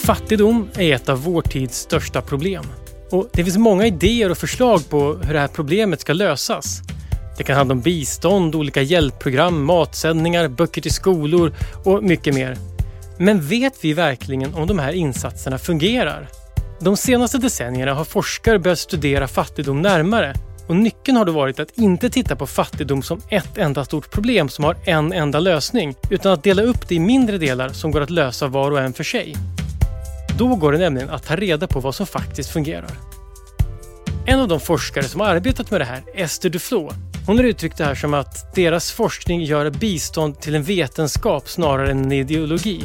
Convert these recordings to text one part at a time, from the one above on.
Fattigdom är ett av vår tids största problem. Och det finns många idéer och förslag på hur det här problemet ska lösas. Det kan handla om bistånd, olika hjälpprogram, matsändningar, böcker till skolor och mycket mer. Men vet vi verkligen om de här insatserna fungerar? De senaste decennierna har forskare börjat studera fattigdom närmare. Och nyckeln har då varit att inte titta på fattigdom som ett enda stort problem som har en enda lösning, utan att dela upp det i mindre delar som går att lösa var och en för sig. Då går det nämligen att ta reda på vad som faktiskt fungerar. En av de forskare som har arbetat med det här, Esther Duflo, hon har uttryckt det här som att deras forskning gör bistånd till en vetenskap snarare än en ideologi.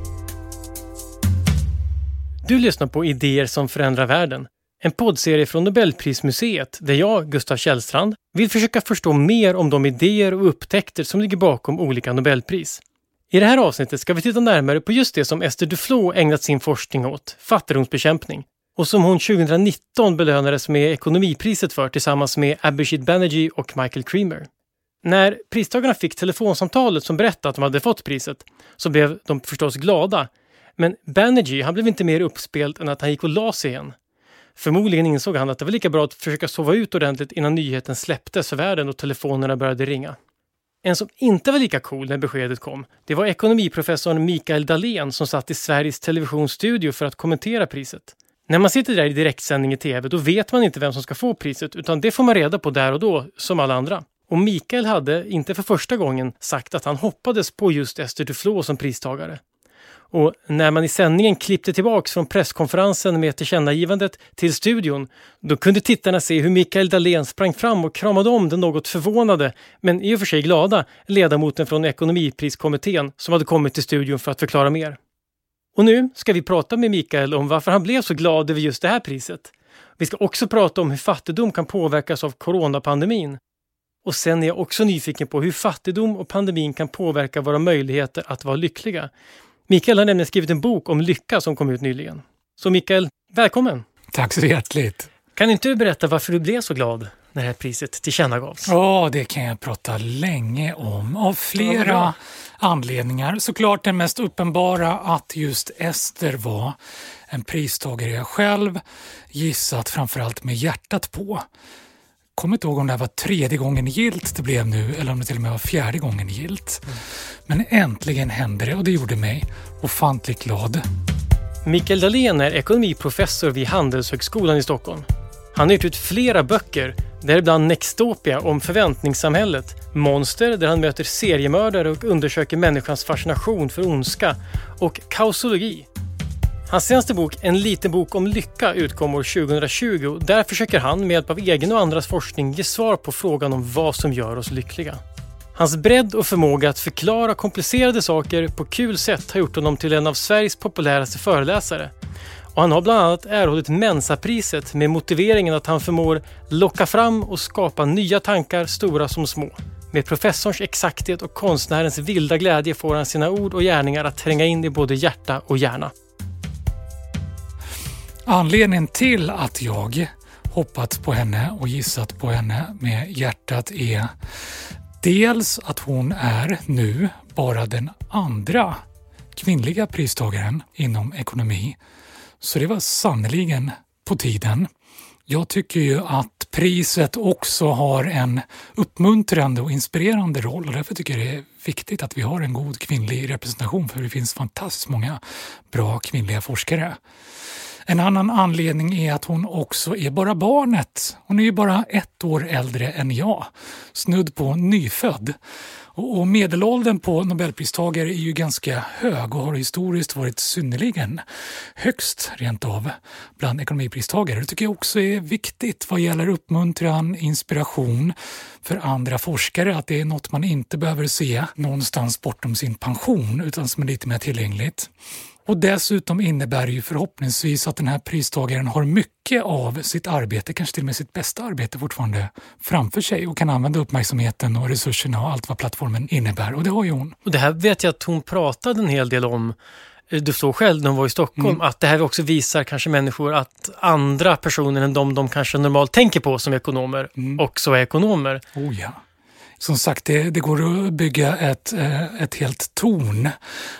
Du lyssnar på Idéer som förändrar världen. En poddserie från Nobelprismuseet där jag, Gustav Källstrand, vill försöka förstå mer om de idéer och upptäckter som ligger bakom olika Nobelpris. I det här avsnittet ska vi titta närmare på just det som Esther Duflo ägnat sin forskning åt, fattigdomsbekämpning, och som hon 2019 belönades med ekonomipriset för tillsammans med Abhishek Banerjee och Michael Creamer. När pristagarna fick telefonsamtalet som berättade att de hade fått priset så blev de förstås glada, men Banerjee han blev inte mer uppspelt än att han gick och la sig igen. Förmodligen insåg han att det var lika bra att försöka sova ut ordentligt innan nyheten släpptes för världen och telefonerna började ringa. En som inte var lika cool när beskedet kom, det var ekonomiprofessorn Mikael Dahlén som satt i Sveriges Televisionsstudio för att kommentera priset. När man sitter där i direktsändning i tv då vet man inte vem som ska få priset utan det får man reda på där och då som alla andra. Och Mikael hade inte för första gången sagt att han hoppades på just Esther Duflo som pristagare. Och när man i sändningen klippte tillbaks från presskonferensen med tillkännagivandet till studion, då kunde tittarna se hur Mikael Dahlén sprang fram och kramade om den något förvånade, men i och för sig glada, ledamoten från ekonomipriskommittén som hade kommit till studion för att förklara mer. Och nu ska vi prata med Mikael om varför han blev så glad över just det här priset. Vi ska också prata om hur fattigdom kan påverkas av coronapandemin. Och sen är jag också nyfiken på hur fattigdom och pandemin kan påverka våra möjligheter att vara lyckliga. Mikael har nämligen skrivit en bok om lycka som kom ut nyligen. Så Mikael, välkommen! Tack så hjärtligt! Kan inte du berätta varför du blev så glad när det här priset tillkännagavs? Ja, det kan jag prata länge om. Av flera anledningar. Såklart den mest uppenbara att just Esther var en pristagare jag själv gissat framförallt med hjärtat på. Kommer inte ihåg om det här var 3:e gången gilt det blev nu eller om det till och med var 4:e gången gilt. Men äntligen hände det och det gjorde mig ofantligt glad. Mikael Dahlén är ekonomiprofessor vid Handelshögskolan i Stockholm. Han har gjort ut flera böcker, däribland Nextopia om förväntningssamhället, Monster där han möter seriemördare och undersöker människans fascination för ondska, och Kausologi. Hans senaste bok, En liten bok om lycka, utkom år 2020. Där försöker han med hjälp av egen och andras forskning ge svar på frågan om vad som gör oss lyckliga. Hans bredd och förmåga att förklara komplicerade saker på kul sätt har gjort honom till en av Sveriges populäraste föreläsare. Och han har bland annat erhållit Mensa-priset med motiveringen att han förmår locka fram och skapa nya tankar, stora som små. Med professorns exakthet och konstnärens vilda glädje får han sina ord och gärningar att tränga in i både hjärta och hjärna. Anledningen till att jag hoppat på henne och gissat på henne med hjärtat är dels att hon är nu bara den andra kvinnliga pristagaren inom ekonomi. Så det var sannoliken på tiden. Jag tycker ju att priset också har en uppmuntrande och inspirerande roll och därför tycker jag det är viktigt att vi har en god kvinnlig representation för det finns fantastiskt många bra kvinnliga forskare. En annan anledning är att hon också är bara barnet. Hon är ju bara 1 år äldre än jag. Snudd på nyfödd. Och medelåldern på Nobelpristagare är ju ganska hög och har historiskt varit synnerligen högst rent av bland ekonomipristagare. Det tycker jag också är viktigt vad gäller uppmuntran, inspiration för andra forskare. Att det är något man inte behöver se någonstans bortom sin pension utan som är lite mer tillgängligt. Och dessutom innebär det ju förhoppningsvis att den här pristagaren har mycket av sitt arbete, kanske till och med sitt bästa arbete fortfarande framför sig och kan använda uppmärksamheten och resurserna och allt vad plattformen innebär. Och det har ju hon. Och det här vet jag att hon pratade en hel del om. Du såg själv när hon var i Stockholm att det här också visar kanske människor att andra personer än de kanske normalt tänker på som ekonomer också är ekonomer. Oh ja. Som sagt, det går att bygga ett helt torn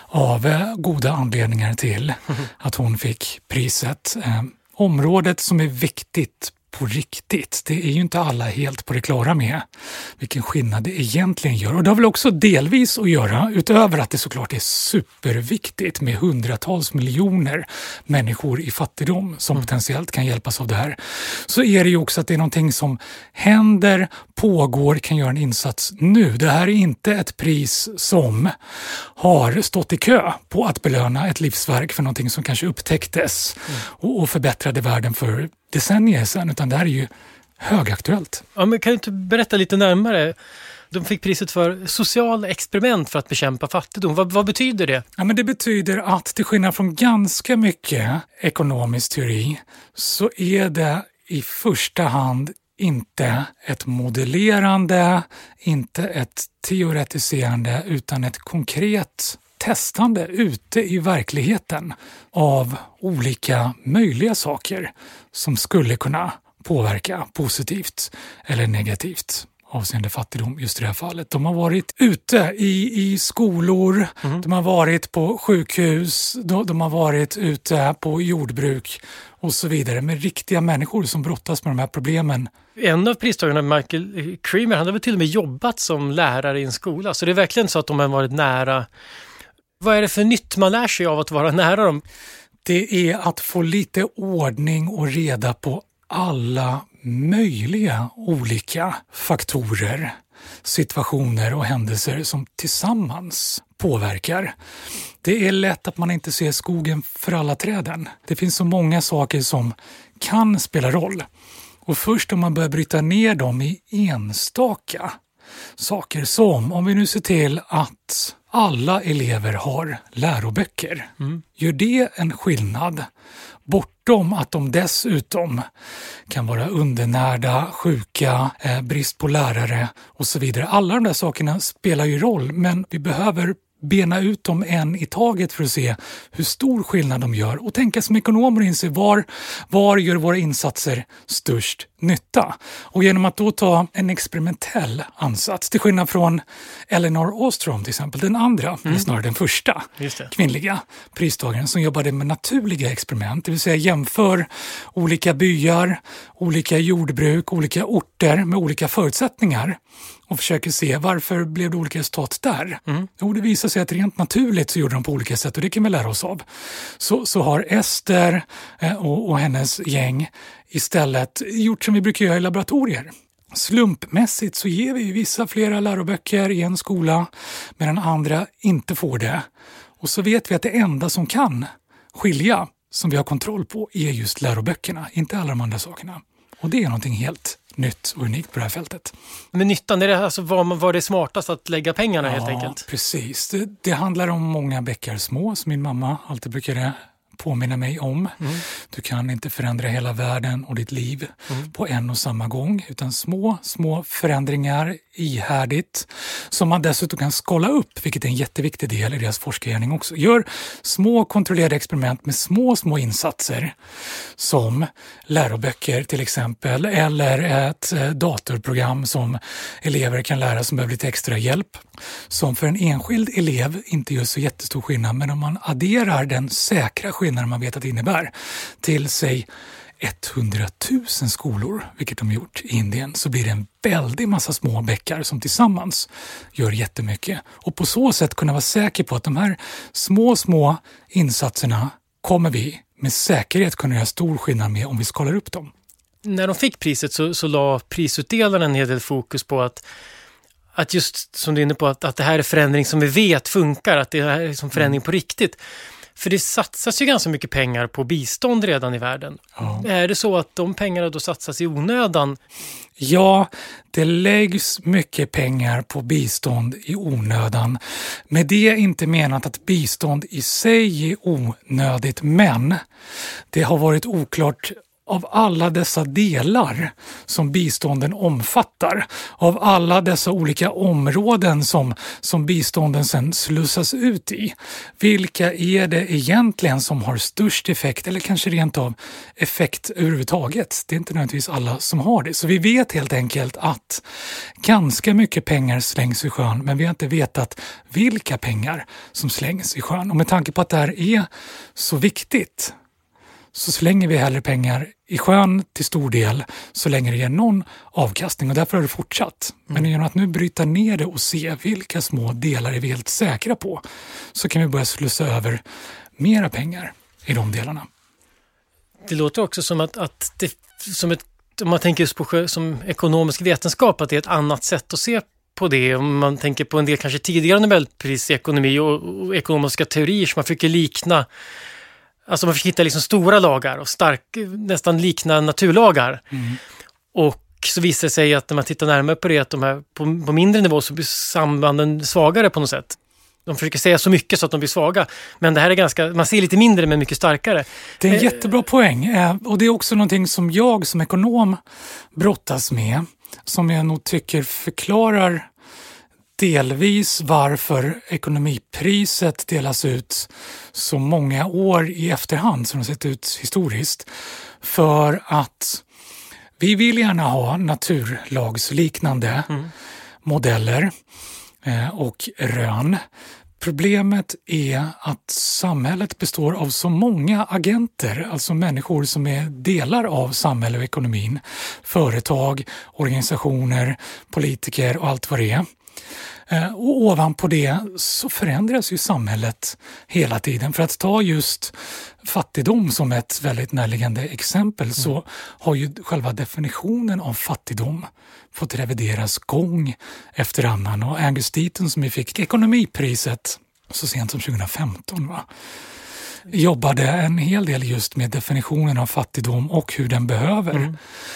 av goda anledningar till att hon fick priset. Området som är viktigt på riktigt, det är ju inte alla helt på det klara med vilken skillnad det egentligen gör. Och det har väl också delvis att göra, utöver att det såklart är superviktigt med hundratals miljoner människor i fattigdom som potentiellt kan hjälpas av det här, så är det ju också att det är någonting som händer, pågår, kan göra en insats nu. Det här är inte ett pris som har stått i kö på att belöna ett livsverk för någonting som kanske upptäcktes och förbättrade världen för decennier sedan, utan det här är ju högaktuellt. Ja, men kan du inte berätta lite närmare? De fick priset för social experiment för att bekämpa fattigdom. Vad betyder det? Ja, men det betyder att till skillnad från ganska mycket ekonomisk teori så är det i första hand inte ett modellerande, inte ett teoretiserande, utan ett konkret testande ute i verkligheten av olika möjliga saker som skulle kunna påverka positivt eller negativt avseende fattigdom just i det här fallet. De har varit ute i skolor, de har varit på sjukhus, de har varit ute på jordbruk och så vidare med riktiga människor som brottas med de här problemen. En av pristagarna, Michael Creamer, han har väl till och med jobbat som lärare i en skola, så det är verkligen så att de har varit nära. Vad är det för nytt man lär sig av att vara nära dem? Det är att få lite ordning och reda på alla möjliga olika faktorer, situationer och händelser som tillsammans påverkar. Det är lätt att man inte ser skogen för alla träden. Det finns så många saker som kan spela roll. Och först om man börjar bryta ner dem i enstaka saker som, om vi nu ser till att alla elever har läroböcker, gör det en skillnad bortom att de dessutom kan vara undernärda, sjuka, brist på lärare och så vidare. Alla de där sakerna spelar ju roll, men vi behöver bena ut dem en i taget för att se hur stor skillnad de gör och tänka som ekonomer och inse var gör våra insatser störst nytta. Och genom att då ta en experimentell ansats, till skillnad från Elinor Ostrom till exempel, den andra, eller snarare den första kvinnliga pristagaren som jobbade med naturliga experiment, det vill säga jämför olika byar, olika jordbruk, olika orter med olika förutsättningar och försöker se varför blev det olika resultat där. Jo, det visar sig att rent naturligt så gjorde de på olika sätt och det kan vi lära oss av. Så har Ester och hennes gäng istället gjort som vi brukar göra i laboratorier. Slumpmässigt så ger vi vissa flera läroböcker i en skola medan andra inte får det. Och så vet vi att det enda som kan skilja, som vi har kontroll på, är just läroböckerna, inte alla de andra sakerna. Och det är någonting helt nytt och unikt på det här fältet. Men nyttan, är det alltså var det smartast att lägga pengarna helt enkelt? Ja, precis. Det handlar om många bäckar små, som min mamma alltid brukade påminna mig om. Du kan inte förändra hela världen och ditt liv på en och samma gång, utan små förändringar ihärdigt som man dessutom kan skala upp, vilket är en jätteviktig del i deras forskargärning också. Gör små kontrollerade experiment med små insatser som läroböcker till exempel, eller ett datorprogram som elever kan lära som behöver lite extra hjälp, som för en enskild elev inte gör så jättestor skillnad, men om man adderar den säkra skillnaden man vet att det innebär till sig 100 000 skolor, vilket de gjort i Indien, så blir det en väldig massa små bäckar som tillsammans gör jättemycket. Och på så sätt kunna vara säker på att de här små insatserna kommer vi med säkerhet kunna göra stor skillnad med om vi skalar upp dem. När de fick priset så la prisutdelaren en hel del fokus på att just som du är inne på att det här är förändring som vi vet funkar, att det här är som förändring på riktigt. För det satsas ju ganska mycket pengar på bistånd redan i världen. Ja. Är det så att de pengarna då satsas i onödan? Ja, det läggs mycket pengar på bistånd i onödan. Med det är inte menat att bistånd i sig är onödigt, men det har varit oklart av alla dessa delar som bistånden omfattar, av alla dessa olika områden som bistånden sen slussas ut i, vilka är det egentligen som har störst effekt eller kanske rent av effekt överhuvudtaget? Det är inte nödvändigtvis alla som har det. Så vi vet helt enkelt att ganska mycket pengar slängs i sjön, men vi har inte vetat vilka pengar som slängs i sjön. Och med tanke på att det här är så viktigt så slänger vi hellre pengar i sjön till stor del så länge det ger någon avkastning, och därför har det fortsatt. Men genom att nu bryta ner det och se vilka små delar är vi helt säkra på, så kan vi börja slussa över mera pengar i de delarna. Det låter också som att det, om man tänker just på som ekonomisk vetenskap, att det är ett annat sätt att se på det. Om man tänker på en del kanske tidigare Nobelpris i ekonomi och ekonomiska teorier som man försöker likna. Alltså man försöker hitta liksom stora lagar och nästan likna naturlagar. Och så visar det sig att när man tittar närmare på det, att de här på mindre nivå så blir sambanden svagare på något sätt. De försöker säga så mycket så att de blir svaga. Men det här är man ser lite mindre men mycket starkare. Det är en jättebra poäng. Och det är också någonting som jag som ekonom brottas med, som jag nog tycker förklarar delvis varför ekonomipriset delas ut så många år i efterhand som det sett ut historiskt. För att vi vill gärna ha naturlagsliknande modeller och rön. Problemet är att samhället består av så många agenter, alltså människor som är delar av samhället och ekonomin, företag, organisationer, politiker och allt vad det är. Och ovanpå det så förändras ju samhället hela tiden. För att ta just fattigdom som ett väldigt närliggande exempel, så har ju själva definitionen av fattigdom fått revideras gång efter annan. Och Angus Deaton, som vi fick ekonomipriset så sent som 2015, jobbade en hel del just med definitionen av fattigdom och hur den behöver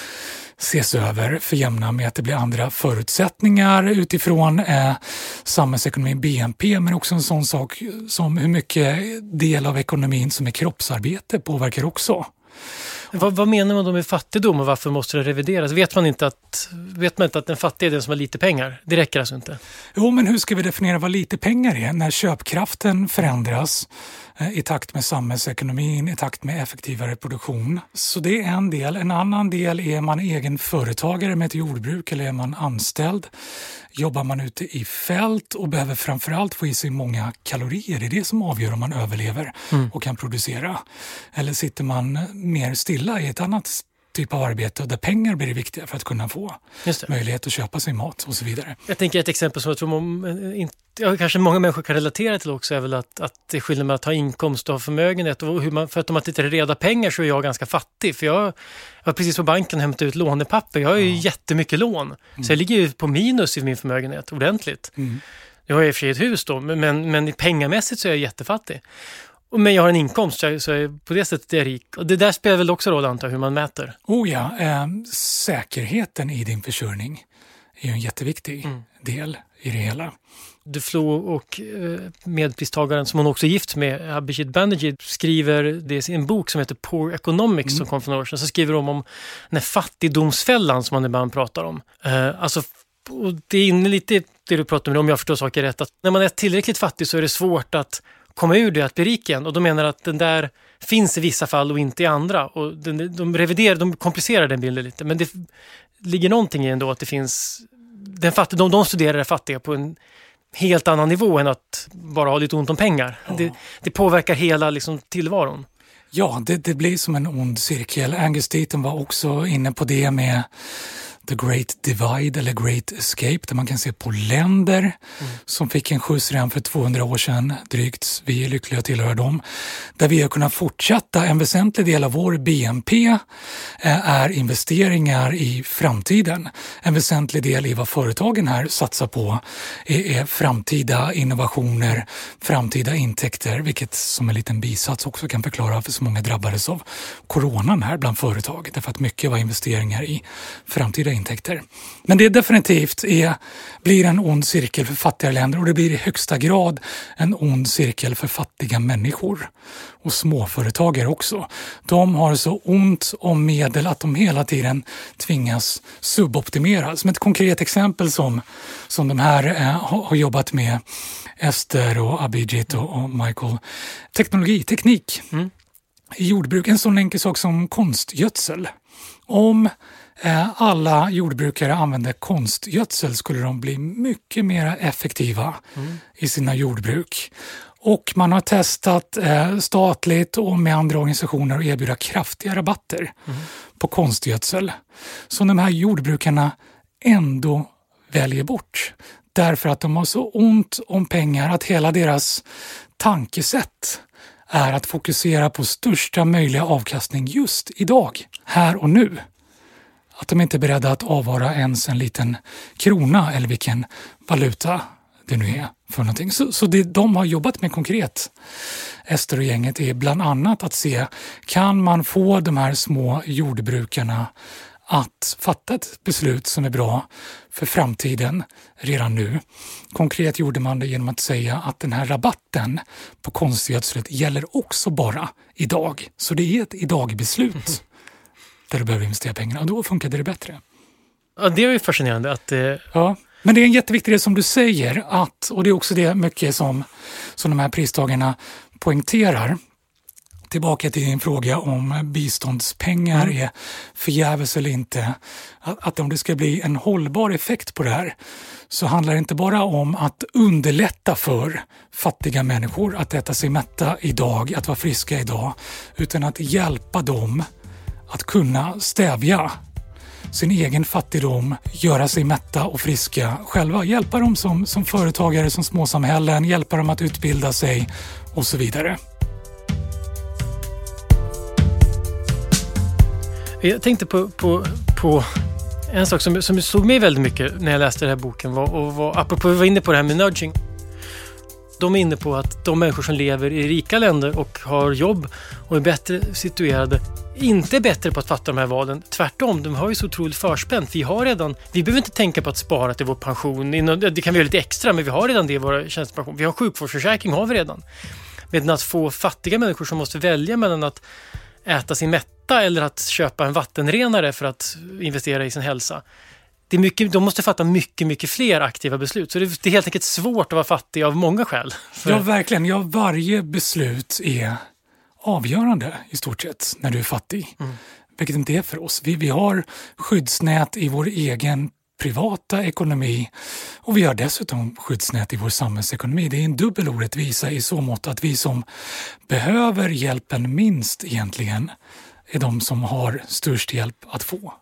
ses över för jämna med att det blir andra förutsättningar utifrån samhällsekonomin, BNP, men också en sån sak som hur mycket del av ekonomin som är kroppsarbete påverkar också. Vad menar man då med fattigdom och varför måste det revideras? Vet man inte att den fattiga är den som har lite pengar? Det räcker alltså inte. Jo, men hur ska vi definiera vad lite pengar är när köpkraften förändras i takt med samhällsekonomin, i takt med effektivare produktion? Så det är en del. En annan del är man egen företagare med ett jordbruk eller är man anställd? Jobbar man ute i fält och behöver framförallt få i sig många kalorier? Det är det som avgör om man överlever och kan producera. Eller sitter man mer stilla i ett annat typ av arbete där pengar blir det viktiga för att kunna få möjlighet att köpa sig mat och så vidare. Jag tänker ett exempel som jag tror kanske många människor kan relatera till också är väl att det är skillnad med att ha inkomst och ha förmögenhet. Och för att om man tittar i reda pengar så är jag ganska fattig. För jag har precis på banken hämtat ut lånepapper. Jag har ju jättemycket lån. Så jag ligger ju på minus i min förmögenhet ordentligt. Jag har i och för sig ett hus då, men pengamässigt så är jag jättefattig. Men jag har en inkomst så är på det sättet är jag rik. Och det där spelar väl också roll, antar jag, hur man mäter? Säkerheten i din försörjning är ju en jätteviktig del i det hela. Duflo och medpristagaren som hon också är gift med, Abhijit Banerjee, skriver det i en bok som heter Poor Economics som kom för några år sedan. Så skriver de om den här fattigdomsfällan som man ibland pratar om. Och det är inne lite det du pratar om jag förstår saker rätt. Att när man är tillräckligt fattig så är det svårt att komma ur det, att bli rik igen. Och de menar att den där finns i vissa fall och inte i andra. Och de komplicerar den bilden lite. Men det ligger någonting i ändå att det finns de studerar det fattiga på en helt annan nivå än att bara ha lite ont om pengar. Det påverkar hela liksom tillvaron. Ja, det blir som en ond cirkel. Angus Deaton var också inne på det med The Great Divide eller Great Escape, där man kan se på länder som fick en skjuts redan för 200 år sedan drygt. Vi är lyckliga att tillhöra dem. Där vi har kunnat fortsätta. En väsentlig del av vår BNP är investeringar i framtiden. En väsentlig del i vad företagen här satsar på är framtida innovationer, framtida intäkter, vilket som en liten bisats också kan förklara varför så många drabbades av coronan här bland företag. Därför att mycket var investeringar i framtida intäkter. intäkter. Men det definitivt blir en ond cirkel för fattiga länder och det blir i högsta grad en ond cirkel för fattiga människor och småföretagare också. De har så ont om medel att de hela tiden tvingas suboptimera. Som ett konkret exempel som de här har jobbat med, Ester och Abhijit och Michael. Teknik. I jordbruk, en sån enkel sak som konstgödsel. Om alla jordbrukare använde konstgödsel skulle de bli mycket mer effektiva i sina jordbruk. Och man har testat statligt och med andra organisationer att erbjuda kraftiga rabatter på konstgödsel. Så de här jordbrukarna ändå väljer bort. Därför att de har så ont om pengar att hela deras tankesätt är att fokusera på största möjliga avkastning just idag, här och nu. Att de inte är beredda att avvara ens en liten krona eller vilken valuta det nu är för någonting. Så det de har jobbat med konkret, Ester och gänget, är bland annat att se, kan man få de här små jordbrukarna att fatta ett beslut som är bra för framtiden redan nu. Konkret gjorde man det genom att säga att den här rabatten på konstgödslet gäller också bara idag. Så det är ett idag-beslut där du behöver investera pengarna och då funkade det bättre. Ja, det är ju fascinerande att Ja, men det är en jätteviktig del som du säger och det är också det mycket som de här pristagarna poängterar. Tillbaka till din fråga om biståndspengar är förgäves eller inte. Att om det ska bli en hållbar effekt på det här så handlar det inte bara om att underlätta för fattiga människor att äta sig mätta idag, att vara friska idag, utan att hjälpa dem att kunna stävja sin egen fattigdom, göra sig mätta och friska själva. Hjälpa dem som företagare, som småsamhällen, hjälpa dem att utbilda sig och så vidare. Jag tänkte på en sak som slog mig väldigt mycket när jag läste den här boken apropå vi var inne på det här med nudging. De är inne på att de människor som lever i rika länder och har jobb och är bättre situerade inte är bättre på att fatta de här valen. Tvärtom, de har ju så otroligt förspänt. Vi behöver inte tänka på att spara till vår pension. Det kan vi göra lite extra, men vi har redan det i våra tjänstepension. Vi har sjukvårdsförsäkring, har vi redan. Medan att få fattiga människor som måste välja mellan att äta sin mätta eller att köpa en vattenrenare för att investera i sin hälsa. Det är mycket, de måste fatta mycket, mycket fler aktiva beslut. Så det är helt enkelt svårt att vara fattig av många skäl. Ja, verkligen. Ja, varje beslut är avgörande i stort sett när du är fattig. Vilket inte är för oss. Vi har skyddsnät i vår egen privata ekonomi och vi har dessutom skyddsnät i vår samhällsekonomi. Det är en dubbel orättvisa i så mått att vi som behöver hjälpen minst egentligen är de som har störst hjälp att få.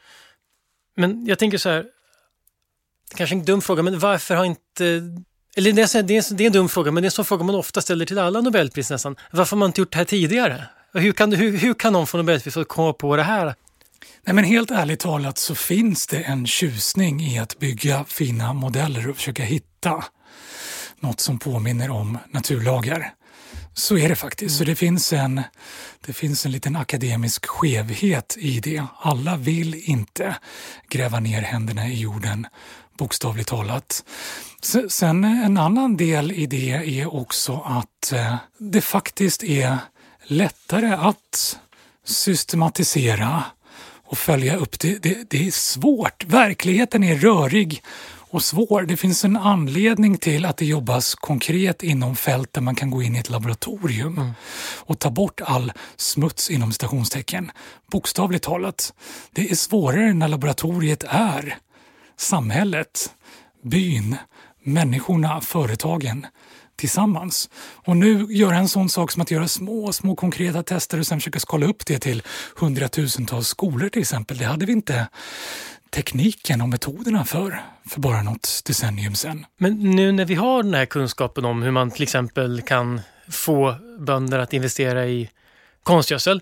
Men jag tänker så här, kanske en dum fråga, men varför har inte... Eller det är en dum fråga, men det är en sån fråga man ofta ställer till alla Nobelpris nästan. Varför har man inte gjort det här tidigare? Hur kan någon få Nobelpris att komma på det här? Nej, men helt ärligt talat så finns det en tjusning i att bygga fina modeller och försöka hitta något som påminner om naturlagar. Så är det faktiskt. Så det finns en liten akademisk skevhet i det. Alla vill inte gräva ner händerna i jorden, bokstavligt talat. Sen en annan del i det är också att det faktiskt är lättare att systematisera och följa upp. Det är svårt. Verkligheten är rörig och svår. Det finns en anledning till att det jobbas konkret inom fält där man kan gå in i ett laboratorium och ta bort all smuts inom stationstecken. Bokstavligt talat. Det är svårare när laboratoriet är samhället, byn, människorna, företagen tillsammans. Och nu göra en sån sak som att göra små konkreta tester och sen försöka skala upp det till 100,000-tals skolor till exempel. Det hade vi inte tekniken och metoderna för bara något decennium sedan. Men nu när vi har den här kunskapen om hur man till exempel kan få bönder att investera i konstgödsel.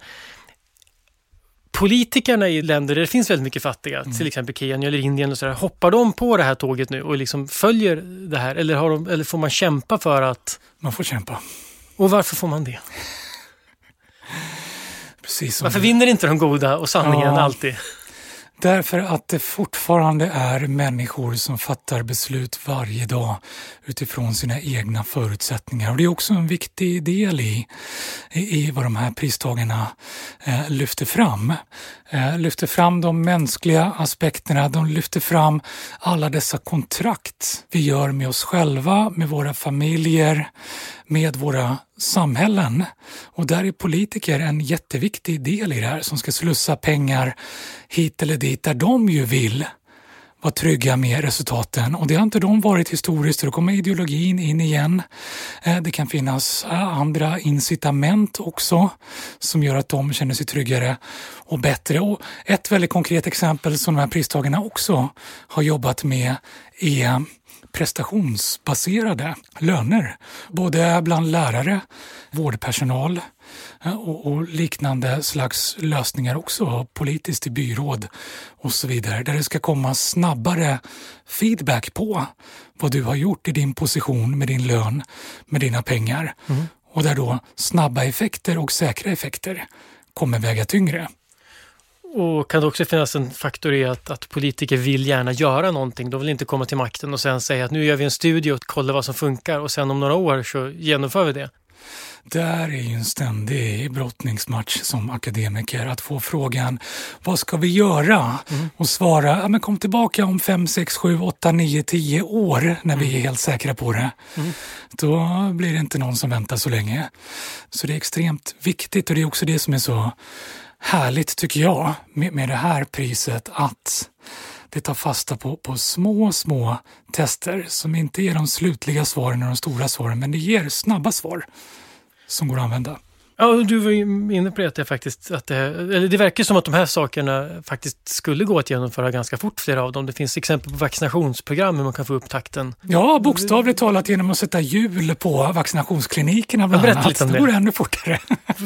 Politikerna i länder där det finns väldigt mycket fattiga, till exempel Kenya eller Indien och sådär, hoppar de på det här tåget nu och liksom följer det här? Eller får man kämpa för att... Man får kämpa. Och varför får man det? Precis som varför vinner inte de goda och sanningen alltid? Därför att det fortfarande är människor som fattar beslut varje dag utifrån sina egna förutsättningar. Och det är också en viktig del i vad de här pristagarna lyfter fram. Lyfter fram de mänskliga aspekterna, de lyfter fram alla dessa kontrakt vi gör med oss själva, med våra familjer, med våra samhällen. Och där är politiker en jätteviktig del i det här som ska slussa pengar hit eller dit där de ju vill vara trygga med resultaten. Och det har inte de varit historiskt, så då kommer ideologin in igen. Det kan finnas andra incitament också som gör att de känner sig tryggare och bättre. Och ett väldigt konkret exempel som de här pristagarna också har jobbat med är prestationsbaserade löner. Både bland lärare, vårdpersonal och liknande slags lösningar också, politiskt i byråd och så vidare. Där det ska komma snabbare feedback på vad du har gjort i din position med din lön, med dina pengar. Och där då snabba effekter och säkra effekter kommer väga tyngre. Och kan det också finnas en faktor i att politiker vill gärna göra någonting. De vill inte komma till makten och sen säga att nu gör vi en studie och kollar vad som funkar och sen om några år så genomför vi det. Där är ju en ständig brottningsmatch som akademiker att få frågan vad ska vi göra? Och svara, ja, men kom tillbaka om 5, 6, 7, 8, 9, 10 år när vi är helt säkra på det. Då blir det inte någon som väntar så länge. Så det är extremt viktigt och det är också det som är så härligt tycker jag med det här priset att det tar fasta på små tester som inte ger de slutliga svaren och de stora svaren, men det ger snabba svar som går att använda. Ja, du var ju inne på det faktiskt att det verkar som att de här sakerna faktiskt skulle gå att genomföra ganska fort, flera av dem. Det finns exempel på vaccinationsprogram hur man kan få upp takten. Ja, bokstavligt talat genom att sätta hjul på vaccinationsklinikerna bland annat. Det går ännu fortare.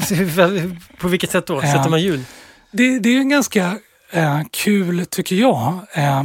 På vilket sätt då? Sätter man hjul? Det är en ganska kul, tycker jag,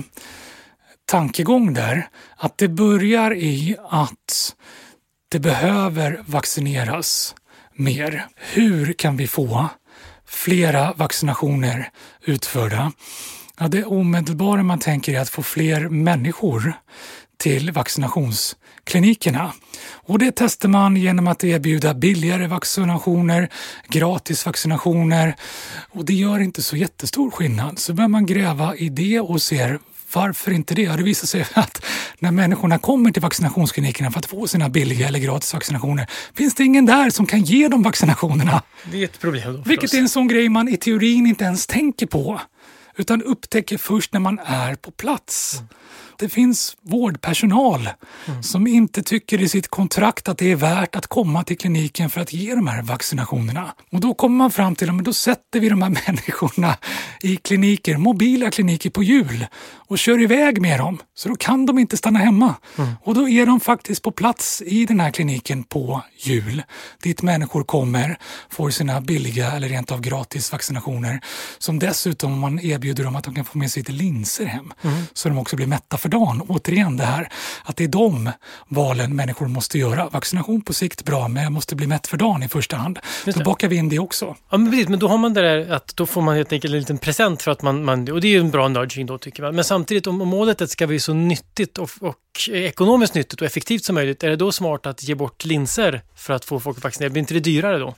tankegång där. Att det börjar i att det behöver vaccineras mer. Hur kan vi få flera vaccinationer utförda? Ja, det omedelbara man tänker är att få fler människor till vaccinationsklinikerna. Och det testar man genom att erbjuda billigare vaccinationer, gratis vaccinationer. Och det gör inte så jättestor skillnad. Så börjar man gräva i det och ser varför inte det? Ja, det visar sig att när människorna kommer till vaccinationsklinikerna för att få sina billiga eller gratis vaccinationer finns det ingen där som kan ge dem vaccinationerna. Det är ett problem då. Vilket är en sån grej man i teorin inte ens tänker på utan upptäcker först när man är på plats. Det finns vårdpersonal som inte tycker i sitt kontrakt att det är värt att komma till kliniken för att ge de här vaccinationerna. Och då kommer man fram till att då sätter vi de här människorna i kliniker, mobila kliniker på hjul och kör iväg med dem. Så då kan de inte stanna hemma. Och då är de faktiskt på plats i den här kliniken på hjul. Dit människor kommer, får sina billiga eller rent av gratis vaccinationer. Som dessutom man erbjuder dem att de kan få med sig lite linser hem. Så de också blir mätta för dagen. Återigen det här att det är de valen människor måste göra. Vaccination på sikt bra, men jag måste bli mätt för dagen i första hand. Då bakar vi in det också. Ja, men precis, men då har man det där att då får man helt enkelt en liten present för att man och det är ju en bra nudging då tycker man. Men samtidigt om målet ska vara så nyttigt och ekonomiskt nyttigt och effektivt som möjligt, är det då smart att ge bort linser för att få folk vaccinerade? Blir inte det dyrare då?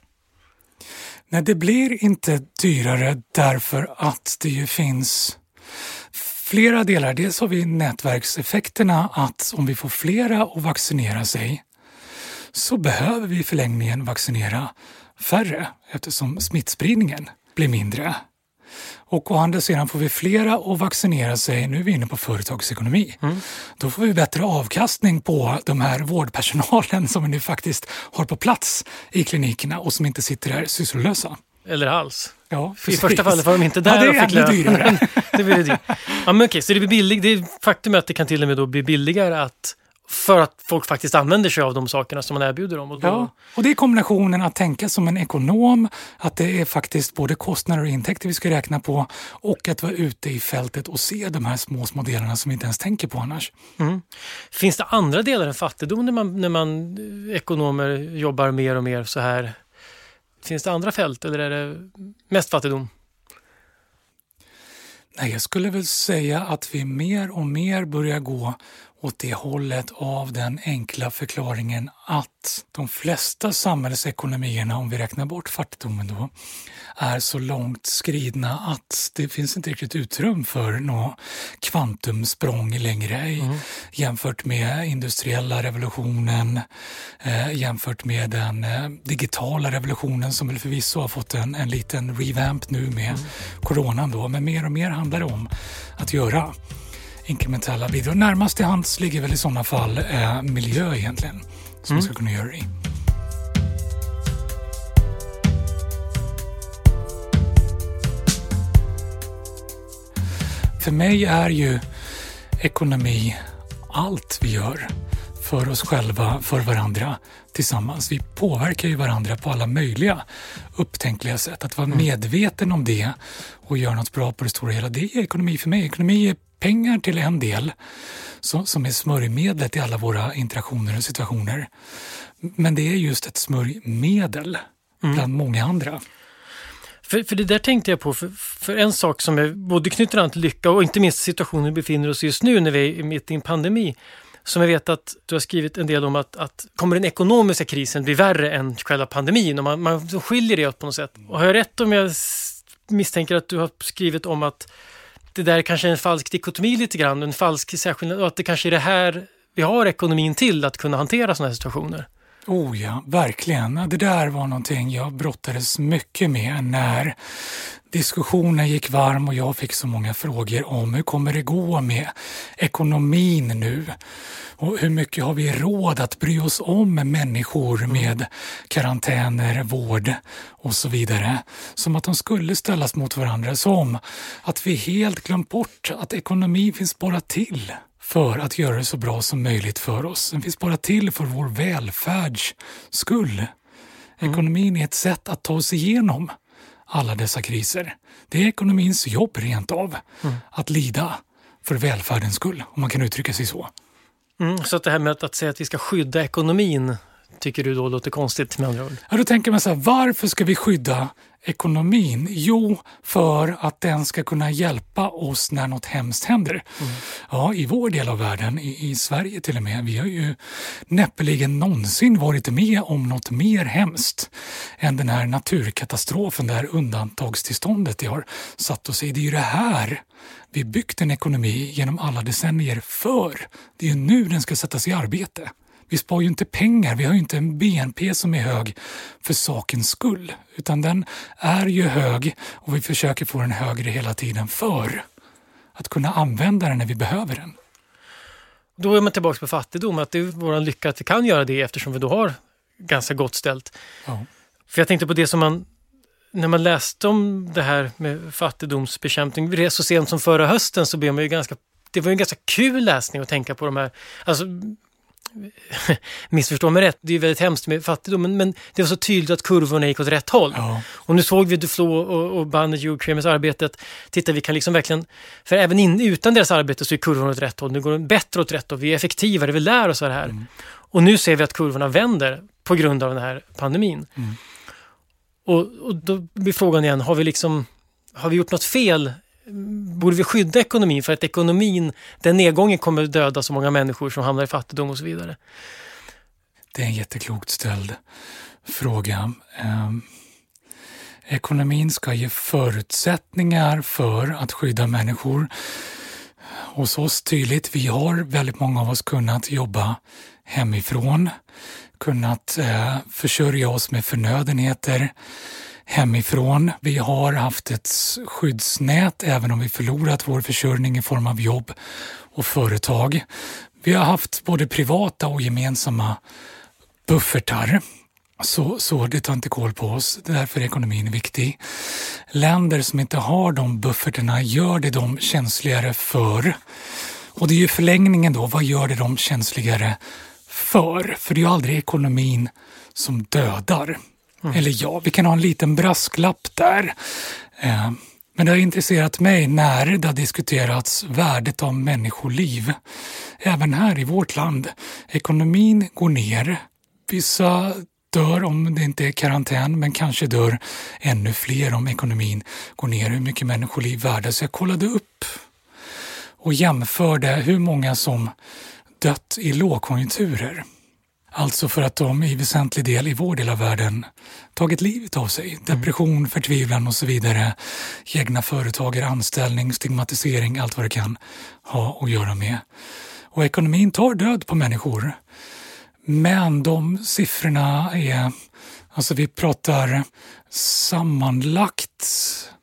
Nej, det blir inte dyrare därför att det ju finns flera delar. Dels har vi nätverkseffekterna att om vi får flera att vaccinera sig så behöver vi i förlängningen vaccinera färre eftersom smittspridningen blir mindre. Och å andra sidan får vi flera att vaccinera sig, nu är vi inne på företagsekonomi. Då får vi bättre avkastning på de här vårdpersonalen som vi nu faktiskt har på plats i klinikerna och som inte sitter där sysslolösa. Eller alls. Ja, i första fallet var de inte där. Ja, det är ännu dyrare. Det blir dyrt. Ja, men okej, så det blir billigt. Det är faktum att det kan till och med då bli billigare för att folk faktiskt använder sig av de sakerna som man erbjuder dem. Och då... Ja, och det är kombinationen att tänka som en ekonom, att det är faktiskt både kostnader och intäkter vi ska räkna på och att vara ute i fältet och se de här små delarna som vi inte ens tänker på annars. Finns det andra delar än fattigdom när man ekonomer jobbar mer och mer så här? Finns det andra fält eller är det mest fattigdom? Nej, jag skulle väl säga att vi mer och mer börjar gå åt det hållet av den enkla förklaringen att de flesta samhällsekonomierna, om vi räknar bort fattigdomen då, är så långt skridna att det finns inte riktigt utrymme för något kvantumsprång längre jämfört med industriella revolutionen, jämfört med den digitala revolutionen som väl förvisso har fått en liten revamp nu med coronan då, men mer och mer handlar det om att göra inkrementella bidrag. Närmast till hands ligger väl i sådana fall miljö egentligen som man ska kunna göra det i. För mig är ju ekonomi allt vi gör för oss själva, för varandra tillsammans. Vi påverkar ju varandra på alla möjliga upptänkliga sätt. Att vara medveten om det och göra något bra på det stora hela, det är ekonomi för mig. Ekonomi är pengar till en del som är smörjmedlet i alla våra interaktioner och situationer. Men det är just ett smörjmedel bland många andra. För det där tänkte jag på, för en sak som är både knyter an till lycka och inte minst situationen vi befinner oss just nu när vi är mitt i en pandemi, som jag vet att du har skrivit en del om att kommer den ekonomiska krisen bli värre än själva pandemin, och man skiljer det åt på något sätt. Och har jag rätt om jag misstänker att du har skrivit om att det där kanske är en falsk dikotomi lite grann, en falsk särskild, och att det kanske är det här vi har ekonomin till, att kunna hantera sådana här situationer? Oh ja, verkligen. Det där var någonting jag brottades mycket med när diskussionen gick varm och jag fick så många frågor om hur kommer det gå med ekonomin nu? Och hur mycket har vi råd att bry oss om människor med karantäner, vård och så vidare? Som att de skulle ställas mot varandra, som att vi helt glömt bort att ekonomi finns bara till för att göra det så bra som möjligt för oss. Den finns bara till för vår välfärds skull. Ekonomin är ett sätt att ta oss igenom alla dessa kriser. Det är ekonomins jobb rent av att lida för välfärdens skull, om man kan uttrycka sig så. Så att det här med att säga att vi ska skydda ekonomin tycker du då låter konstigt med andra ord? Ja, då tänker man så här, varför ska vi skydda ekonomin? Jo, för att den ska kunna hjälpa oss när något hemskt händer. Ja, i vår del av världen, i Sverige till och med, vi har ju näppeligen någonsin varit med om något mer hemskt än den här naturkatastrofen, det här undantagstillståndet det har satt oss i. Det är ju det här vi byggt en ekonomi genom alla decennier för. Det är ju nu den ska sättas i arbete. Vi sparar ju inte pengar, vi har ju inte en BNP som är hög för sakens skull, utan den är ju hög och vi försöker få den högre hela tiden för att kunna använda den när vi behöver den. Då är man tillbaka på fattigdom, att det är vår lycka att vi kan göra det eftersom vi då har ganska gott ställt. Ja. För jag tänkte på det som när man läste om det här med fattigdomsbekämpning, så sent som förra hösten, så blev man ju det var ju en ganska kul läsning att tänka på de här, alltså missförstå mig rätt, det är ju väldigt hemskt med fattigdom, men det var så tydligt att kurvorna gick åt rätt håll. Ja. Och nu såg vi Duflo och bandet Eurocreamers arbetet. Titta, vi kan liksom verkligen, för även utan deras arbete så är kurvorna åt rätt håll. Nu går de bättre åt rätt håll, vi är effektivare, vi lär oss av det här. Och nu ser vi att kurvorna vänder på grund av den här pandemin. Och då blir frågan igen, har vi gjort något fel? Borde vi skydda ekonomin för att den nedgången kommer döda så många människor som hamnar i fattigdom och så vidare? Det är en jätteklokt ställd fråga. Ekonomin ska ge förutsättningar för att skydda människor. Hos oss tydligt, vi har väldigt många av oss kunnat jobba hemifrån, kunnat försörja oss med förnödenheter hemifrån. Vi har haft ett skyddsnät även om vi förlorat vår försörjning i form av jobb och företag. Vi har haft både privata och gemensamma buffertar. Så det tar inte koll på oss. Därför är ekonomin viktig. Länder som inte har de bufferterna gör det de känsligare för. Och det är ju förlängningen då. Vad gör det de känsligare för? För det är ju aldrig ekonomin som dödar. Eller ja, vi kan ha en liten brasklapp där. Men det har intresserat mig när det har diskuterats värdet av människoliv. Även här i vårt land. Ekonomin går ner. Vissa dör om det inte är karantän, men kanske dör ännu fler om ekonomin går ner. Hur mycket människoliv värda? Så jag kollade upp och jämförde hur många som dött i lågkonjunkturer. Alltså för att de i väsentlig del i vår del av världen tagit livet av sig. Depression, förtvivlan och så vidare. Egna företagare, anställning, stigmatisering, allt vad det kan ha att göra med. Och ekonomin tar död på människor. Men de siffrorna är, alltså vi pratar sammanlagt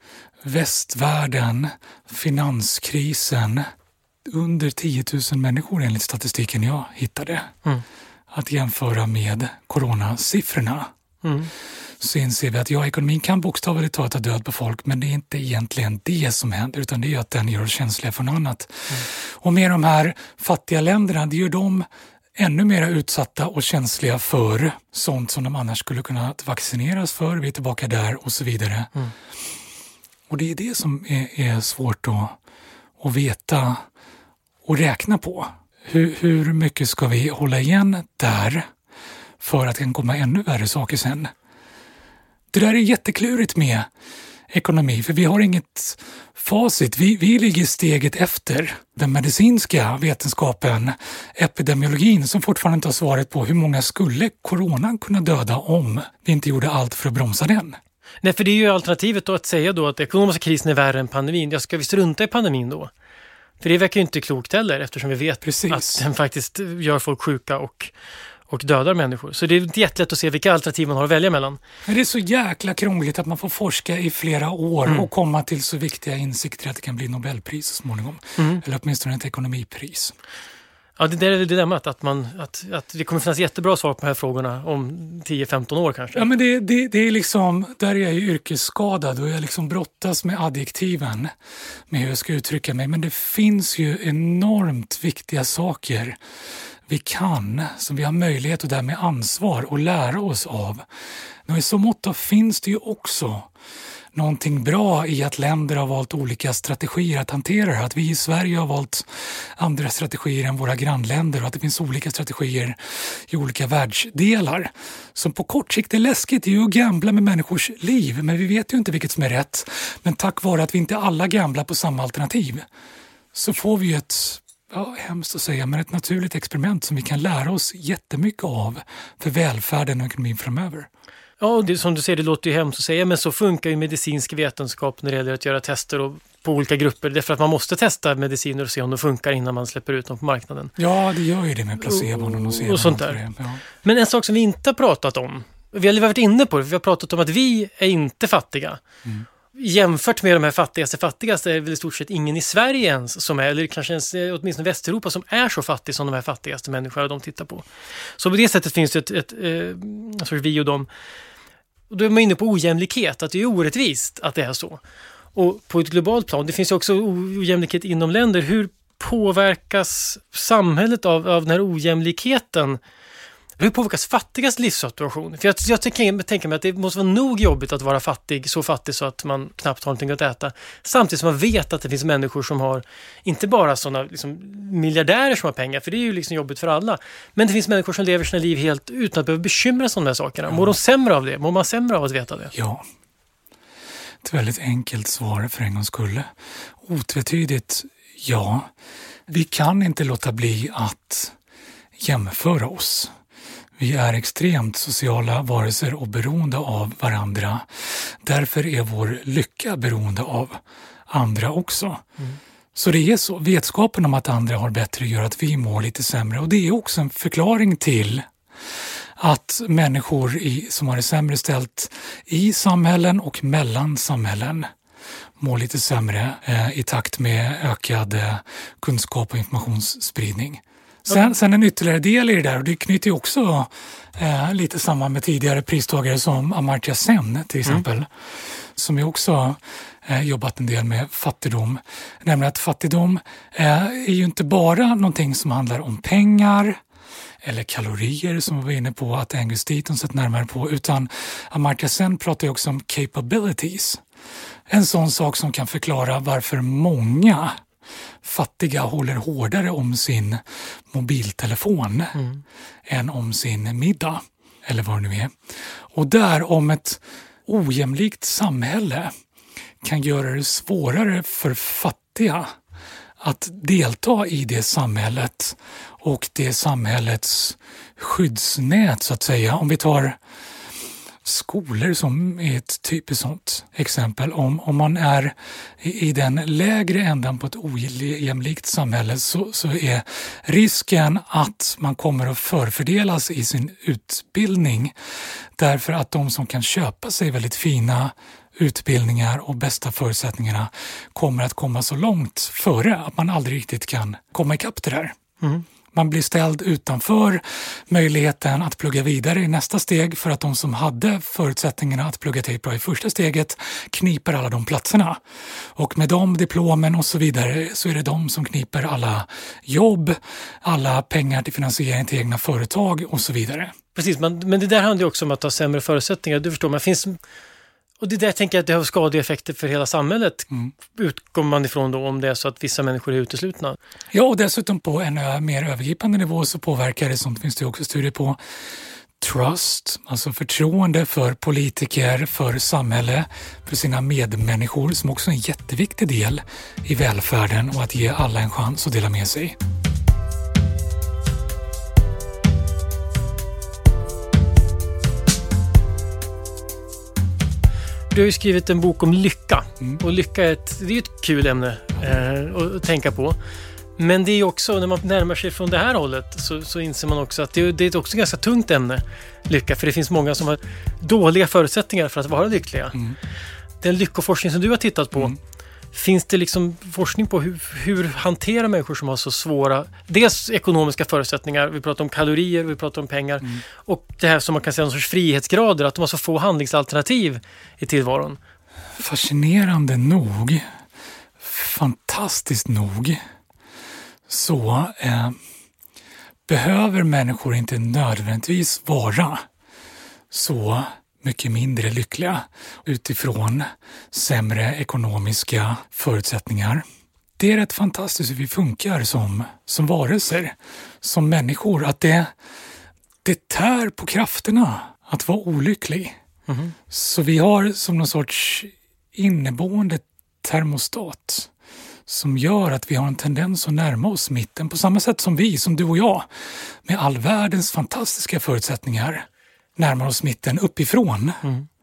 västvärlden, finanskrisen, under 10 000 människor enligt statistiken jag hittade. Att jämföra med coronasiffrorna. Så inser vi att ekonomin kan bokstavligt talat ta död på folk, men det är inte egentligen det som händer, utan det är att den gör oss känsliga för något annat. Och med de här fattiga länderna, det gör de ännu mer utsatta och känsliga för sånt som de annars skulle kunna vaccineras för, vi är tillbaka där och så vidare. Och det är det som är svårt att veta och räkna på. Hur mycket ska vi hålla igen där för att det kan komma ännu värre saker sen? Det där är jätteklurigt med ekonomi, för vi har inget facit. Vi ligger steget efter den medicinska vetenskapen, epidemiologin, som fortfarande inte har svaret på hur många skulle coronan kunna döda om vi inte gjorde allt för att bromsa den. Nej, för det är ju alternativet då att säga då att ekonomiska krisen är värre än pandemin. Ja, ska vi strunta i pandemin då? För det verkar ju inte klokt heller, eftersom vi vet att den faktiskt gör folk sjuka och dödar människor. Så det är jättelätt att se vilka alternativ man har att välja mellan. Men det är så jäkla krångligt att man får forska i flera år och komma till så viktiga insikter att det kan bli Nobelpris så småningom. Eller åtminstone ett ekonomipris. Ja, det är dilemmat att det kommer finnas jättebra svar på de här frågorna om 10-15 år kanske. Ja, men det är liksom, där är jag ju yrkesskadad och jag liksom brottas med adjektiven med hur jag ska uttrycka mig. Men det finns ju enormt viktiga saker vi kan, som vi har möjlighet och därmed ansvar att lära oss av. Men i så mått finns det ju också någonting bra i att länder har valt olika strategier att hantera det. Att vi i Sverige har valt andra strategier än våra grannländer och att det finns olika strategier i olika världsdelar. Som på kort sikt är läskigt, det är ju att gambla med människors liv, men vi vet ju inte vilket som är rätt. Men tack vare att vi inte alla gamblar på samma alternativ så får vi ett, hemskt att säga, men ett naturligt experiment som vi kan lära oss jättemycket av för välfärden och ekonomin framöver. Ja, det, som du säger, det låter ju hemskt att säga, men så funkar ju medicinsk vetenskap när det gäller att göra tester och på olika grupper. Det är för att man måste testa mediciner och se om de funkar innan man släpper ut dem på marknaden. Ja, det gör ju det med placebon och sånt där. Ja. Men en sak som vi inte har pratat om, vi har varit inne på det, vi har pratat om att vi är inte fattiga. Jämfört med de här fattigaste är väl i stort sett ingen i Sverige ens som är, eller kanske ens åtminstone Västeuropa som är så fattig som de här fattigaste människorna de tittar på. Så på det sättet finns det ett vi och dem. Och då är man inne på ojämlikhet, att det är orättvist att det är så. Och på ett globalt plan, det finns ju också ojämlikhet inom länder. Hur påverkas samhället av den här ojämlikheten? Hur påverkas fattigas livssituation? För jag tänker mig att det måste vara nog jobbigt att vara fattig så att man knappt har någonting att äta. Samtidigt som man vet att det finns människor som har, inte bara sådana liksom, miljardärer som har pengar, för det är ju liksom jobbigt för alla. Men det finns människor som lever sina liv helt utan att behöva bekymra sig om de här sakerna. Mår de sämre av det? Mår man sämre av att veta det? Ja. Ett väldigt enkelt svar för en gång skulle. Otvetydigt, ja. Vi kan inte låta bli att jämföra oss. Vi är extremt sociala varelser och beroende av varandra. Därför är vår lycka beroende av andra också. Så det är så. Vetskapen om att andra har bättre gör att vi mår lite sämre. Och det är också en förklaring till att människor som har det sämre ställt i samhällen och mellan samhällen mår lite sämre i takt med ökad kunskap och informationsspridning. Sen en ytterligare del i det där, och det knyter ju också lite samman med tidigare pristagare som Amartya Sen till exempel, som ju också jobbat en del med fattigdom. Nämligen att fattigdom är ju inte bara någonting som handlar om pengar eller kalorier som vi var inne på att Angus Deaton sett närmare på, utan Amartya Sen pratar ju också om capabilities. En sån sak som kan förklara varför många fattiga håller hårdare om sin mobiltelefon än om sin middag. eller vad det nu är. Och där om ett ojämlikt samhälle kan göra det svårare för fattiga att delta i det samhället och det samhällets skyddsnät så att säga. Om vi tar skolor som är ett typiskt sådant exempel. Om man är i den lägre ändan på ett ojämlikt samhälle så är risken att man kommer att förfördelas i sin utbildning därför att de som kan köpa sig väldigt fina utbildningar och bästa förutsättningarna kommer att komma så långt före att man aldrig riktigt kan komma ikapp det där. Mm. Man blir ställd utanför möjligheten att plugga vidare i nästa steg för att de som hade förutsättningarna att plugga till bra i första steget kniper alla de platserna. Och med de diplomen och så vidare så är det de som kniper alla jobb, alla pengar till finansiering till egna företag och så vidare. Precis, men det där handlar ju också om att ha sämre förutsättningar. Du förstår, och det där tänker jag att det har skadliga effekter för hela samhället. Utgår man ifrån då om det är så att vissa människor är uteslutna? Ja, och dessutom på en mer övergripande nivå så påverkar det, sånt finns det också studier på, trust, alltså förtroende för politiker, för samhälle, för sina medmänniskor som också är en jätteviktig del i välfärden och att ge alla en chans att dela med sig. Du har ju skrivit en bok om lycka. Och lycka är ett kul ämne att tänka på. Men det är också, när man närmar sig från det här hållet så inser man också att det är också ett ganska tungt ämne, lycka. För det finns många som har dåliga förutsättningar för att vara lyckliga. Den lyckoforskning som du har tittat på, finns det liksom forskning på hur hanterar människor som har så svåra, dels ekonomiska förutsättningar, vi pratar om kalorier, vi pratar om pengar, och det här som man kan säga någon sorts frihetsgrader, att de har så få handlingsalternativ i tillvaron. Fascinerande nog, fantastiskt nog, så behöver människor inte nödvändigtvis vara så mycket mindre lyckliga utifrån sämre ekonomiska förutsättningar. Det är rätt fantastiskt hur vi funkar som varelser, som människor, att det tär på krafterna att vara olycklig. Så vi har som någon sorts inneboende termostat som gör att vi har en tendens att närma oss mitten på samma sätt som du och jag, med all världens fantastiska förutsättningar, närmar oss mitten uppifrån,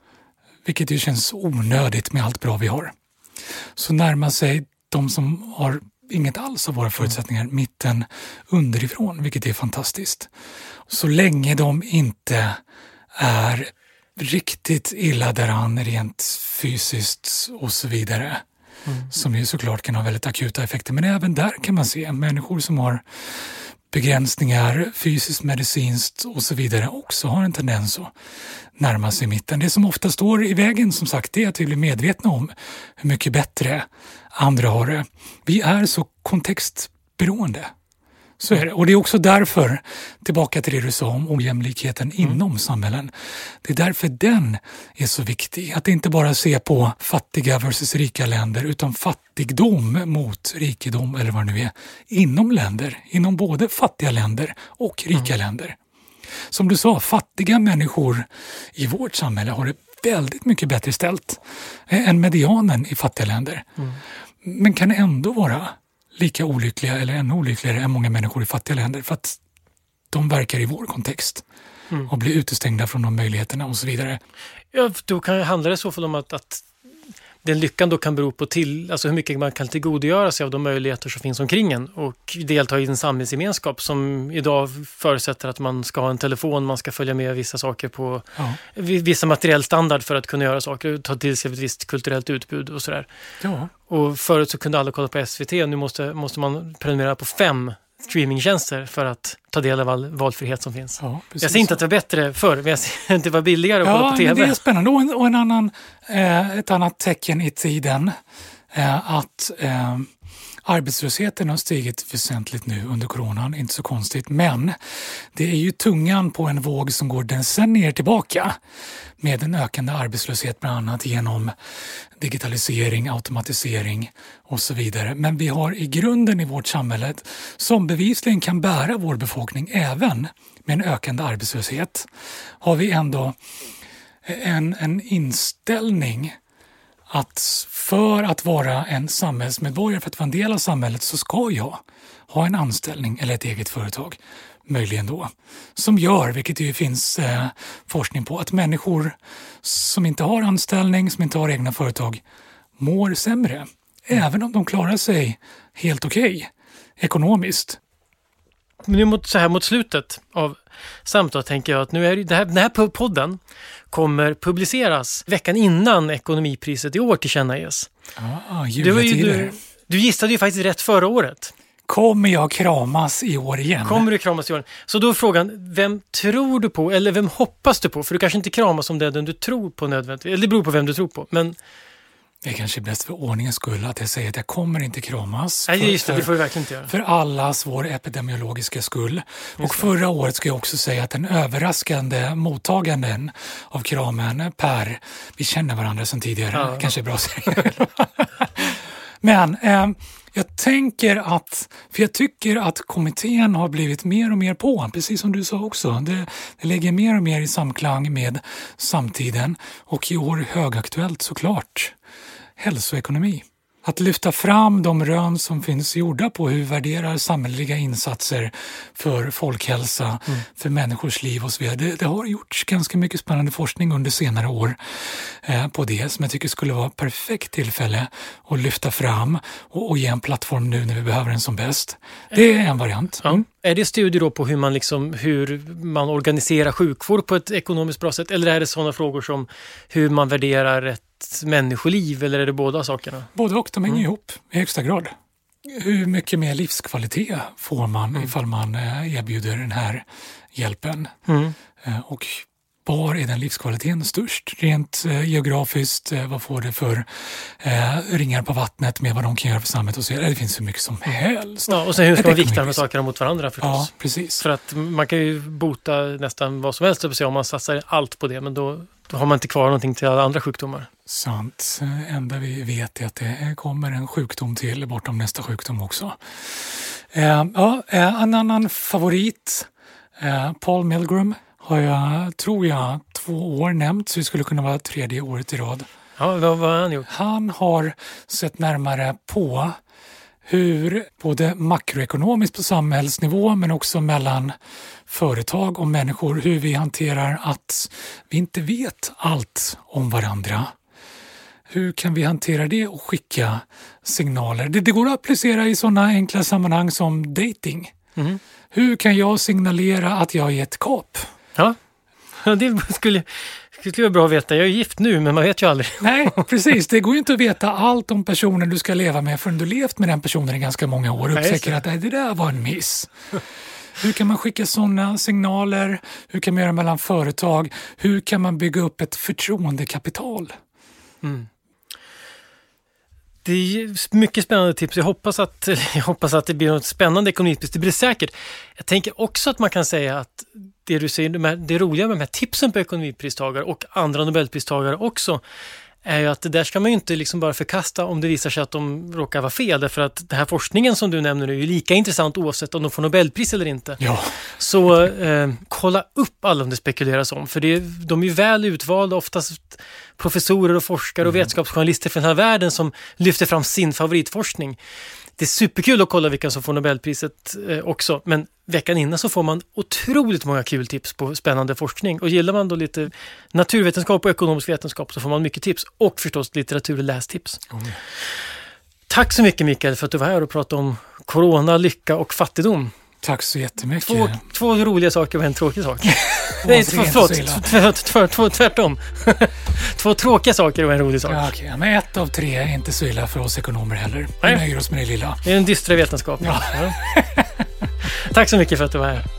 vilket ju känns onödigt med allt bra vi har. Så närmar sig de som har inget alls av våra förutsättningar mitten underifrån, vilket är fantastiskt. Så länge de inte är riktigt illa däran rent fysiskt och så vidare, som ju såklart kan ha väldigt akuta effekter. Men även där kan man se människor som har begränsningar, fysiskt, medicinskt och så vidare, också har en tendens att närma sig mitten. Det som ofta står i vägen, som sagt, det är att vi blir medvetna om hur mycket bättre andra har det. Vi är så kontextberoende. Så är det. Och det är också därför, tillbaka till det du sa om ojämlikheten inom samhällen, det är därför den är så viktig. Att inte bara se på fattiga versus rika länder, utan fattigdom mot rikedom, eller vad det nu är, inom länder, inom både fattiga länder och rika länder. Som du sa, fattiga människor i vårt samhälle har det väldigt mycket bättre ställt än medianen i fattiga länder. Men kan ändå vara lika olyckliga eller ännu olyckligare än många människor i fattiga länder, för att de verkar i vår kontext och blir utestängda från de möjligheterna och så vidare. Ja, då kan handla det så för dem att den lyckan då kan bero på alltså hur mycket man kan tillgodogöra sig av de möjligheter som finns omkring en och delta i en samhällsgemenskap som idag förutsätter att man ska ha en telefon, man ska följa med vissa saker på vissa materiell standard för att kunna göra saker, ta till sig ett visst kulturellt utbud och sådär. Ja. Och förut så kunde alla kolla på SVT, nu måste man prenumerera på 5 streamingtjänster för att ta del av all valfrihet som finns. Ja, jag säger inte att det var bättre förr, men jag säger att det var billigare att kolla på TV. Ja, det är spännande. Och ett annat tecken i tiden, Arbetslösheten har stigit väsentligt nu under coronan, inte så konstigt, men det är ju tungan på en våg som går decennier tillbaka med en ökande arbetslöshet bland annat genom digitalisering, automatisering och så vidare. Men vi har i grunden i vårt samhälle som bevisligen kan bära vår befolkning även med en ökande arbetslöshet, har vi ändå en inställning att för att vara en samhällsmedborgare, för att vara en del av samhället, så ska jag ha en anställning eller ett eget företag, möjligen då, som gör, vilket det ju finns forskning på, att människor som inte har anställning, som inte har egna företag, mår sämre, även om de klarar sig helt okej ekonomiskt. Nu mot slutet av samtalet tänker jag att nu är den här podden kommer publiceras veckan innan ekonomipriset i år tillkännages. Du gissade ju faktiskt rätt förra året. Kommer jag kramas i år igen? Kommer du kramas i år? Så då är frågan, vem tror du på eller vem hoppas du på? För du kanske inte kramas om den du tror på nödvändigtvis. Eller det beror på vem du tror på. Men det är kanske bäst för ordningens skull att jag säger att jag kommer inte kramas. Nej, just det, det får du verkligen inte göra. För allas vår epidemiologiska skull. Och förra året ska jag också säga att den överraskande mottaganden av kramen Per, vi känner varandra sedan tidigare, kanske är bra att säga. Men jag tänker för jag tycker att kommittén har blivit mer och mer på, precis som du sa också. Det lägger mer och mer i samklang med samtiden och i år högaktuellt såklart. Hälsoekonomi. Att lyfta fram de rön som finns gjorda på hur vi värderar samhälleliga insatser för folkhälsa, för människors liv och så vidare. Det har gjorts ganska mycket spännande forskning under senare år på det som jag tycker skulle vara ett perfekt tillfälle att lyfta fram och ge en plattform nu när vi behöver den som bäst. Det är en variant. Ja. Är det studier då på hur man organiserar sjukvård på ett ekonomiskt bra sätt, eller är det sådana frågor som hur man värderar ett människoliv, eller är det båda sakerna? Både och, de hänger ihop i högsta grad. Hur mycket mer livskvalitet får man ifall man erbjuder den här hjälpen? Och var är den livskvaliteten störst? Rent geografiskt, vad får det för ringar på vattnet med vad de kan göra för samhället och så vidare. Det finns så mycket som helst. Ja, och sen hur ska man vikta med sakerna mot varandra förstås? Ja, precis. För att man kan ju bota nästan vad som helst om man satsar allt på det, men då har man inte kvar någonting till alla andra sjukdomar. Sant. Enda vi vet är att det kommer en sjukdom till bortom nästa sjukdom också. En annan favorit, Paul Milgram, har jag, tror jag, 2 år nämnt, så det skulle kunna vara 3:e året i rad. Ja, vad har han gjort? Han har sett närmare på hur både makroekonomiskt på samhällsnivå men också mellan företag och människor, hur vi hanterar att vi inte vet allt om varandra. Hur kan vi hantera det och skicka signaler? Det går att applicera i sådana enkla sammanhang som dating. Hur kan jag signalera att jag är ett kap? Ja, det skulle vara bra att veta. Jag är gift nu, men man vet ju aldrig. Nej, precis. Det går ju inte att veta allt om personen du ska leva med förrän du levt med den personen i ganska många år och upptäcker att det där var en miss. Hur kan man skicka sådana signaler? Hur kan man göra mellan företag? Hur kan man bygga upp ett förtroendekapital? Det är mycket spännande tips. Jag hoppas att det blir något spännande ekonomiskt. Det blir säkert. Jag tänker också att man kan säga att det du säger, det roliga med de här tipsen på ekonomipristagare och andra Nobelpristagare också, är ju att det där ska man ju inte liksom bara förkasta om det visar sig att de råkar vara fel. Därför att den här forskningen som du nämner nu är ju lika intressant oavsett om de får Nobelpris eller inte. Ja. Så kolla upp alla om det spekuleras om. För de är ju väl utvalda, oftast professorer och forskare och vetenskapsjournalister för den här världen som lyfter fram sin favoritforskning. Det är superkul att kolla vilka som får Nobelpriset också, men veckan innan så får man otroligt många kul tips på spännande forskning. Och gillar man då lite naturvetenskap och ekonomisk vetenskap så får man mycket tips och förstås litteratur- och lästips. Tack så mycket Mikael för att du var här och pratade om corona, lycka och fattigdom. Tack så jättemycket. Två roliga saker och en tråkig sak. Nej, tvärtom. 2 tråkiga saker och en rolig sak. Ja, okej. Men 1 av 3 är inte så illa för oss ekonomer heller. Vi nöjer oss med det lilla. Det är en dystra vetenskap. Ja. Tack så mycket för att du var här.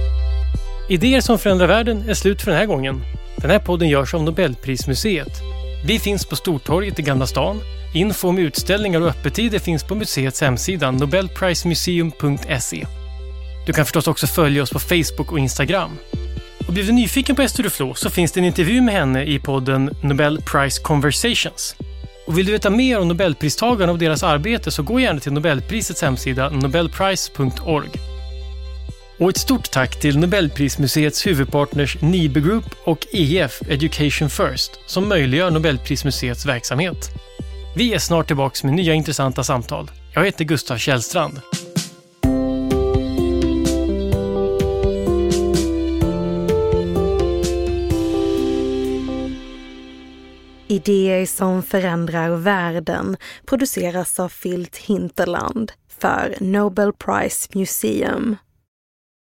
Idéer som förändrar världen är slut för den här gången. Den här podden görs av Nobelprismuseet. Vi finns på Stortorget i Gamla stan. Info om utställningar och öppettider finns på museets hemsida nobelprismuseum.se. Du kan förstås också följa oss på Facebook och Instagram. Och blir du nyfiken på Esther Duflo så finns det en intervju med henne i podden Nobel Prize Conversations. Och vill du veta mer om Nobelpristagarna och deras arbete så gå gärna till Nobelprisets hemsida nobelprize.org. Och ett stort tack till Nobelprismuseets huvudpartners Nibe Group och EF Education First som möjliggör Nobelprismuseets verksamhet. Vi är snart tillbaka med nya intressanta samtal. Jag heter Gustav Källstrand. Idéer som förändrar världen produceras av Filt Hinterland för Nobel Prize Museum.